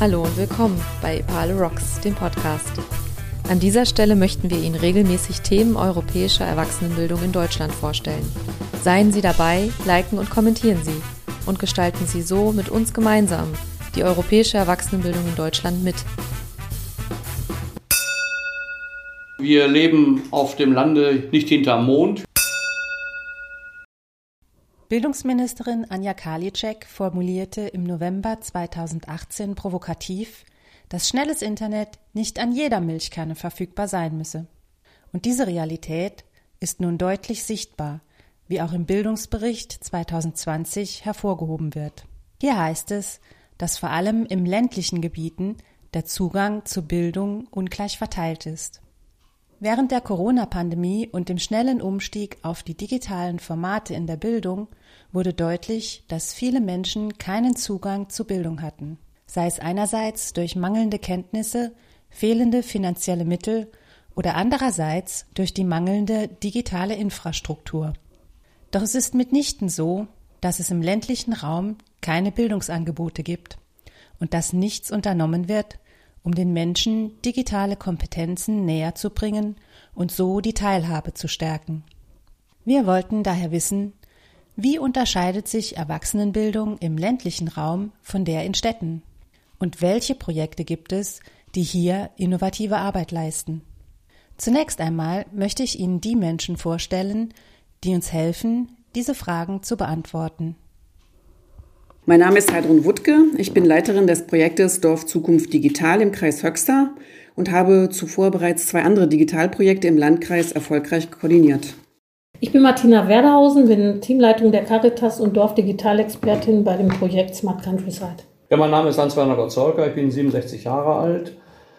Hallo und willkommen bei Epale Rocks, dem Podcast. An dieser Stelle möchten wir Ihnen regelmäßig Themen europäischer Erwachsenenbildung in Deutschland vorstellen. Seien Sie dabei, liken und kommentieren Sie und gestalten Sie so mit uns gemeinsam die europäische Erwachsenenbildung in Deutschland mit. Wir leben auf dem Lande, nicht hinterm Mond. Bildungsministerin Anja Karliczek formulierte im November 2018 provokativ, dass schnelles Internet nicht an jeder Milchkanne verfügbar sein müsse. Und diese Realität ist nun deutlich sichtbar, wie auch im Bildungsbericht 2020 hervorgehoben wird. Hier heißt es, dass vor allem in ländlichen Gebieten der Zugang zu Bildung ungleich verteilt ist. Während der Corona-Pandemie und dem schnellen Umstieg auf die digitalen Formate in der Bildung wurde deutlich, dass viele Menschen keinen Zugang zu Bildung hatten, sei es einerseits durch mangelnde Kenntnisse, fehlende finanzielle Mittel oder andererseits durch die mangelnde digitale Infrastruktur. Doch es ist mitnichten so, dass es im ländlichen Raum keine Bildungsangebote gibt und dass nichts unternommen wird, um den Menschen digitale Kompetenzen näher zu bringen und so die Teilhabe zu stärken. Wir wollten daher wissen, wie unterscheidet sich Erwachsenenbildung im ländlichen Raum von der in Städten? Und welche Projekte gibt es, die hier innovative Arbeit leisten? Zunächst einmal möchte ich Ihnen die Menschen vorstellen, die uns helfen, diese Fragen zu beantworten. Mein Name ist Heidrun Wuttke, ich bin Leiterin des Projektes Dorf Zukunft Digital im Kreis Höxter und habe zuvor bereits 2 andere Digitalprojekte im Landkreis erfolgreich koordiniert. Ich bin Martina Werderhausen, bin Teamleitung der Caritas und Dorfdigitalexpertin bei dem Projekt Smart Countryside. Ja, mein Name ist Hans-Werner Gottzolker, ich bin 67 Jahre alt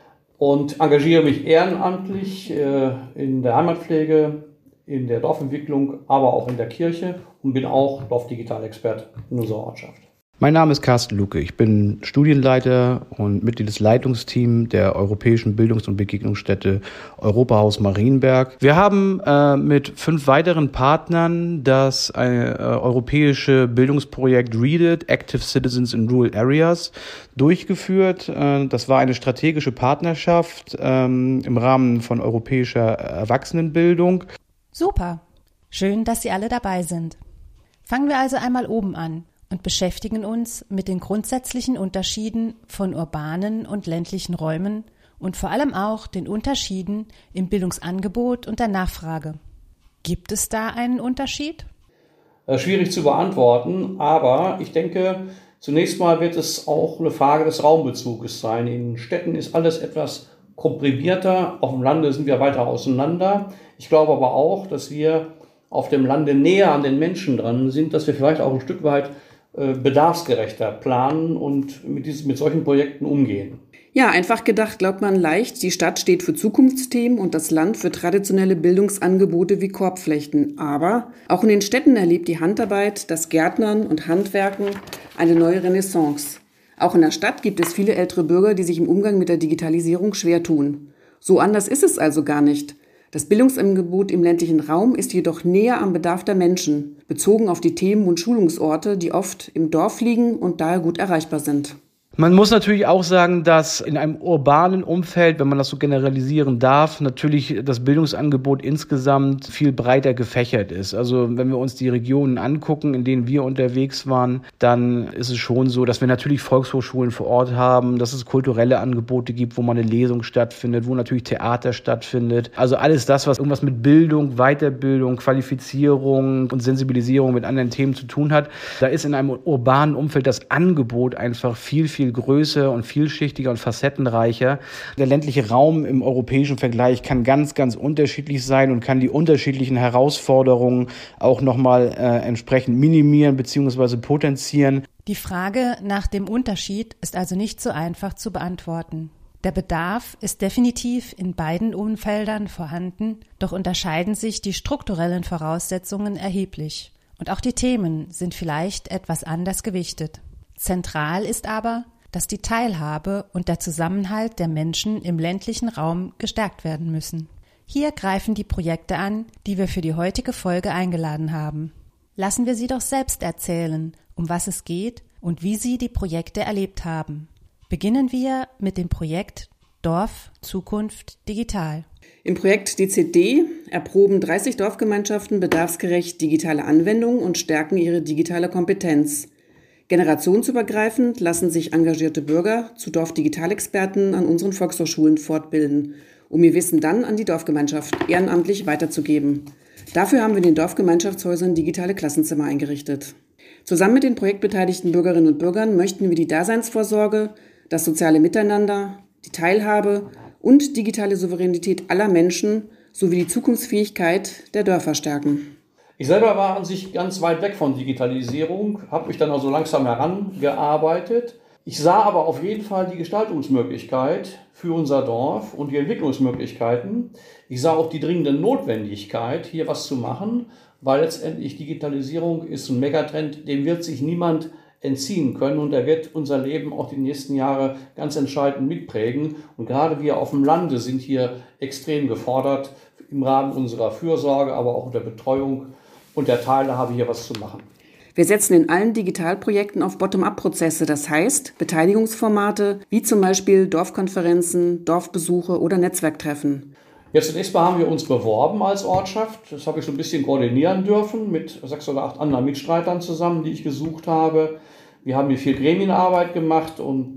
und engagiere mich ehrenamtlich in der Heimatpflege, in der Dorfentwicklung, aber auch in der Kirche und bin auch Dorfdigitalexpert in unserer Ortschaft. Mein Name ist Carsten Lucke. Ich bin Studienleiter und Mitglied des Leitungsteams der Europäischen Bildungs- und Begegnungsstätte Europahaus Marienberg. Wir haben mit 5 weiteren Partnern das europäische Bildungsprojekt READ IT, Active Citizens in Rural Areas, durchgeführt. Das war eine strategische Partnerschaft im Rahmen von europäischer Erwachsenenbildung. Super! Schön, dass Sie alle dabei sind. Fangen wir also einmal oben an und beschäftigen uns mit den grundsätzlichen Unterschieden von urbanen und ländlichen Räumen und vor allem auch den Unterschieden im Bildungsangebot und der Nachfrage. Gibt es da einen Unterschied? Schwierig zu beantworten, aber ich denke, zunächst mal wird es auch eine Frage des Raumbezuges sein. In Städten ist alles etwas komprimierter, auf dem Lande sind wir weiter auseinander. Ich glaube aber auch, dass wir auf dem Lande näher an den Menschen dran sind, dass wir vielleicht auch ein Stück weit bedarfsgerechter planen und mit solchen Projekten umgehen. Ja, einfach gedacht glaubt man leicht, die Stadt steht für Zukunftsthemen und das Land für traditionelle Bildungsangebote wie Korbflechten. Aber auch in den Städten erlebt die Handarbeit, das Gärtnern und Handwerken eine neue Renaissance. Auch in der Stadt gibt es viele ältere Bürger, die sich im Umgang mit der Digitalisierung schwer tun. So anders ist es also gar nicht. Das Bildungsangebot im ländlichen Raum ist jedoch näher am Bedarf der Menschen, bezogen auf die Themen und Schulungsorte, die oft im Dorf liegen und daher gut erreichbar sind. Man muss natürlich auch sagen, dass in einem urbanen Umfeld, wenn man das so generalisieren darf, natürlich das Bildungsangebot insgesamt viel breiter gefächert ist. Also wenn wir uns die Regionen angucken, in denen wir unterwegs waren, dann ist es schon so, dass wir natürlich Volkshochschulen vor Ort haben, dass es kulturelle Angebote gibt, wo mal eine Lesung stattfindet, wo natürlich Theater stattfindet. Also alles das, was irgendwas mit Bildung, Weiterbildung, Qualifizierung und Sensibilisierung mit anderen Themen zu tun hat. Da ist in einem urbanen Umfeld das Angebot einfach viel größer und vielschichtiger und facettenreicher. Der ländliche Raum im europäischen Vergleich kann ganz, ganz unterschiedlich sein und kann die unterschiedlichen Herausforderungen auch nochmal entsprechend minimieren bzw. potenzieren. Die Frage nach dem Unterschied ist also nicht so einfach zu beantworten. Der Bedarf ist definitiv in beiden Umfeldern vorhanden, doch unterscheiden sich die strukturellen Voraussetzungen erheblich. Und auch die Themen sind vielleicht etwas anders gewichtet. Zentral ist aber, dass die Teilhabe und der Zusammenhalt der Menschen im ländlichen Raum gestärkt werden müssen. Hier greifen die Projekte an, die wir für die heutige Folge eingeladen haben. Lassen wir sie doch selbst erzählen, um was es geht und wie sie die Projekte erlebt haben. Beginnen wir mit dem Projekt Dorf Zukunft digital. Im Projekt DZD erproben 30 Dorfgemeinschaften bedarfsgerecht digitale Anwendungen und stärken ihre digitale Kompetenz. Generationsübergreifend lassen sich engagierte Bürger zu Dorfdigitalexperten an unseren Volkshochschulen fortbilden, um ihr Wissen dann an die Dorfgemeinschaft ehrenamtlich weiterzugeben. Dafür haben wir in den Dorfgemeinschaftshäusern digitale Klassenzimmer eingerichtet. Zusammen mit den projektbeteiligten Bürgerinnen und Bürgern möchten wir die Daseinsvorsorge, das soziale Miteinander, die Teilhabe und digitale Souveränität aller Menschen sowie die Zukunftsfähigkeit der Dörfer stärken. Ich selber war an sich ganz weit weg von Digitalisierung, habe mich dann also langsam herangearbeitet. Ich sah aber auf jeden Fall die Gestaltungsmöglichkeit für unser Dorf und die Entwicklungsmöglichkeiten. Ich sah auch die dringende Notwendigkeit, hier was zu machen, weil letztendlich Digitalisierung ist ein Megatrend, dem wird sich niemand entziehen können und er wird unser Leben auch die nächsten Jahre ganz entscheidend mitprägen. Und gerade wir auf dem Lande sind hier extrem gefordert, im Rahmen unserer Fürsorge, aber auch der Betreuung und der Teilhabe hier was zu machen. Wir setzen in allen Digitalprojekten auf Bottom-up-Prozesse, das heißt Beteiligungsformate wie zum Beispiel Dorfkonferenzen, Dorfbesuche oder Netzwerktreffen. Jetzt zunächst mal haben wir uns beworben als Ortschaft. Das habe ich so ein bisschen koordinieren dürfen mit 6 oder 8 anderen Mitstreitern zusammen, die ich gesucht habe. Wir haben hier viel Gremienarbeit gemacht und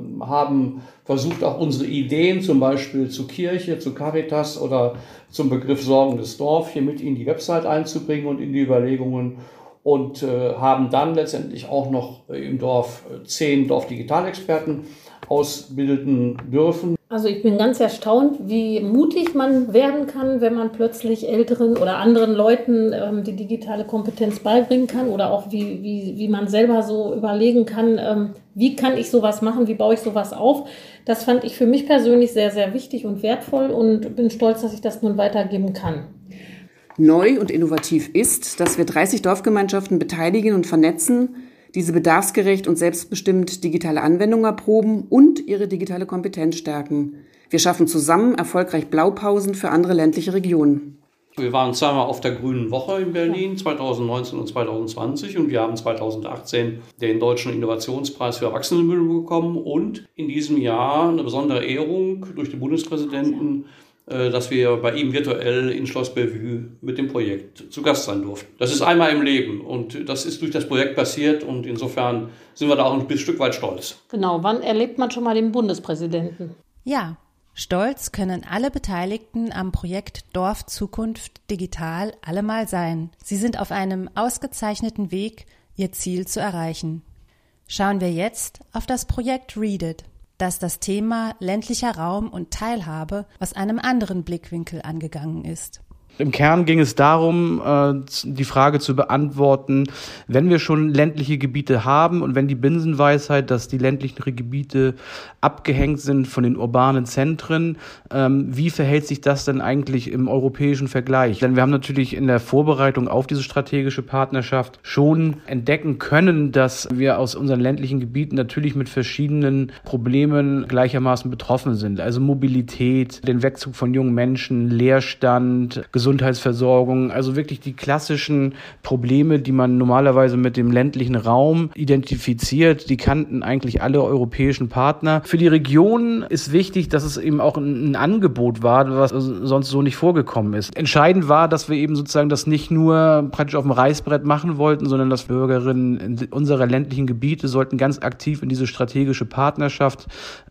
haben versucht, auch unsere Ideen, zum Beispiel zu Kirche, zu Caritas oder zum Begriff Sorgendes Dorf, hier mit in die Website einzubringen und in die Überlegungen. Und haben dann letztendlich auch noch im Dorf 10 Dorfdigitalexperten ausbilden dürfen. Also ich bin ganz erstaunt, wie mutig man werden kann, wenn man plötzlich älteren oder anderen Leuten die digitale Kompetenz beibringen kann oder auch wie man selber so überlegen kann, wie kann ich sowas machen, wie baue ich sowas auf. Das fand ich für mich persönlich sehr, sehr wichtig und wertvoll und bin stolz, dass ich das nun weitergeben kann. Neu und innovativ ist, dass wir 30 Dorfgemeinschaften beteiligen und vernetzen, diese bedarfsgerecht und selbstbestimmt digitale Anwendungen erproben und ihre digitale Kompetenz stärken. Wir schaffen zusammen erfolgreich Blaupausen für andere ländliche Regionen. Wir waren zweimal auf der Grünen Woche in Berlin, 2019 und 2020, und wir haben 2018 den Deutschen Innovationspreis für Erwachsenenbildung bekommen und in diesem Jahr eine besondere Ehrung durch den Bundespräsidenten, dass wir bei ihm virtuell in Schloss Bellevue mit dem Projekt zu Gast sein durften. Das ist einmal im Leben und das ist durch das Projekt passiert und insofern sind wir da auch ein Stück weit stolz. Genau, wann erlebt man schon mal den Bundespräsidenten? Ja, stolz können alle Beteiligten am Projekt Dorf Zukunft digital allemal sein. Sie sind auf einem ausgezeichneten Weg, ihr Ziel zu erreichen. Schauen wir jetzt auf das Projekt Read It, das Thema ländlicher Raum und Teilhabe aus einem anderen Blickwinkel angegangen ist. Im Kern ging es darum, die Frage zu beantworten, wenn wir schon ländliche Gebiete haben und wenn die Binsenweisheit, dass die ländlichen Gebiete abgehängt sind von den urbanen Zentren, wie verhält sich das denn eigentlich im europäischen Vergleich? Denn wir haben natürlich in der Vorbereitung auf diese strategische Partnerschaft schon entdecken können, dass wir aus unseren ländlichen Gebieten natürlich mit verschiedenen Problemen gleichermaßen betroffen sind. Also Mobilität, den Wegzug von jungen Menschen, Leerstand, Gesundheitsversorgung, also wirklich die klassischen Probleme, die man normalerweise mit dem ländlichen Raum identifiziert, die kannten eigentlich alle europäischen Partner. Für die Region ist wichtig, dass es eben auch ein Angebot war, was sonst so nicht vorgekommen ist. Entscheidend war, dass wir eben sozusagen das nicht nur praktisch auf dem Reißbrett machen wollten, sondern dass Bürgerinnen unserer ländlichen Gebiete sollten ganz aktiv in diese strategische Partnerschaft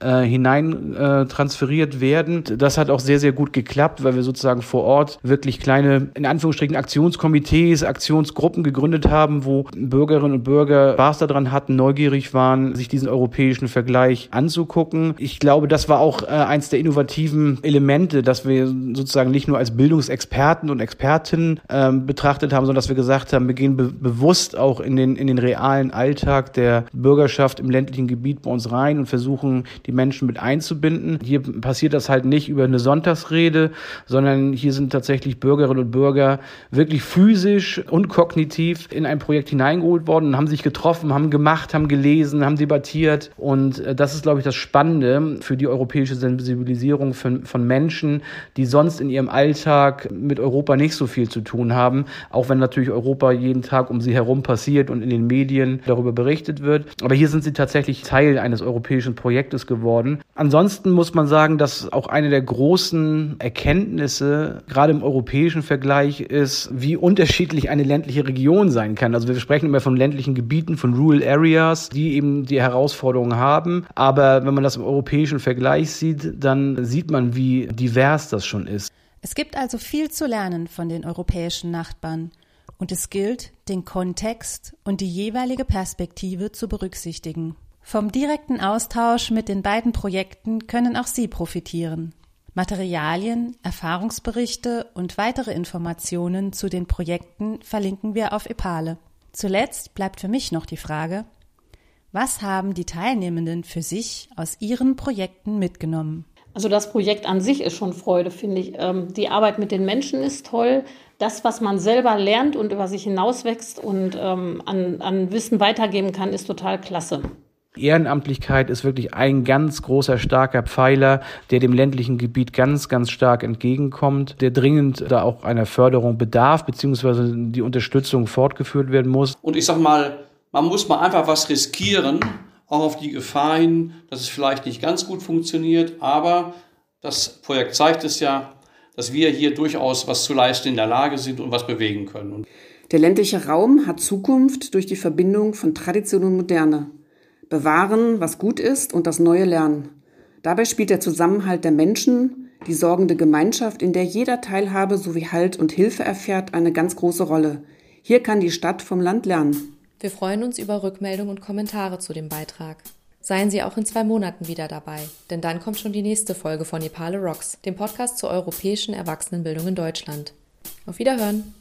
hinein transferiert werden. Das hat auch sehr, sehr gut geklappt, weil wir sozusagen vor Ort wirklich kleine, in Anführungsstrichen, Aktionskomitees, Aktionsgruppen gegründet haben, wo Bürgerinnen und Bürger Spaß daran hatten, neugierig waren, sich diesen europäischen Vergleich anzugucken. Ich glaube, das war auch eins der innovativen Elemente, dass wir sozusagen nicht nur als Bildungsexperten und Expertinnen betrachtet haben, sondern dass wir gesagt haben, wir gehen bewusst auch in den realen Alltag der Bürgerschaft im ländlichen Gebiet bei uns rein und versuchen, die Menschen mit einzubinden. Hier passiert das halt nicht über eine Sonntagsrede, sondern hier sind tatsächlich tatsächlich Bürgerinnen und Bürger wirklich physisch und kognitiv in ein Projekt hineingeholt worden und haben sich getroffen, haben gemacht, haben gelesen, haben debattiert. Und das ist, glaube ich, das Spannende für die europäische Sensibilisierung von Menschen, die sonst in ihrem Alltag mit Europa nicht so viel zu tun haben, auch wenn natürlich Europa jeden Tag um sie herum passiert und in den Medien darüber berichtet wird. Aber hier sind sie tatsächlich Teil eines europäischen Projektes geworden. Ansonsten muss man sagen, dass auch eine der großen Erkenntnisse, gerade im europäischen Vergleich, ist, wie unterschiedlich eine ländliche Region sein kann. Also wir sprechen immer von ländlichen Gebieten, von Rural Areas, die eben die Herausforderungen haben. Aber wenn man das im europäischen Vergleich sieht, dann sieht man, wie divers das schon ist. Es gibt also viel zu lernen von den europäischen Nachbarn. Und es gilt, den Kontext und die jeweilige Perspektive zu berücksichtigen. Vom direkten Austausch mit den beiden Projekten können auch Sie profitieren. Materialien, Erfahrungsberichte und weitere Informationen zu den Projekten verlinken wir auf Epale. Zuletzt bleibt für mich noch die Frage: Was haben die Teilnehmenden für sich aus ihren Projekten mitgenommen? Also das Projekt an sich ist schon Freude, finde ich. Die Arbeit mit den Menschen ist toll. Das, was man selber lernt und über sich hinauswächst und an Wissen weitergeben kann, ist total klasse. Ehrenamtlichkeit ist wirklich ein ganz großer, starker Pfeiler, der dem ländlichen Gebiet ganz, ganz stark entgegenkommt, der dringend da auch einer Förderung bedarf, beziehungsweise die Unterstützung fortgeführt werden muss. Und ich sag mal, man muss mal einfach was riskieren, auch auf die Gefahr hin, dass es vielleicht nicht ganz gut funktioniert, aber das Projekt zeigt es ja, dass wir hier durchaus was zu leisten in der Lage sind und was bewegen können. Der ländliche Raum hat Zukunft durch die Verbindung von Tradition und Moderne. Bewahren, was gut ist, und das Neue lernen. Dabei spielt der Zusammenhalt der Menschen, die sorgende Gemeinschaft, in der jeder Teilhabe sowie Halt und Hilfe erfährt, eine ganz große Rolle. Hier kann die Stadt vom Land lernen. Wir freuen uns über Rückmeldungen und Kommentare zu dem Beitrag. Seien Sie auch in 2 Monaten wieder dabei, denn dann kommt schon die nächste Folge von Epale Rocks, dem Podcast zur europäischen Erwachsenenbildung in Deutschland. Auf Wiederhören!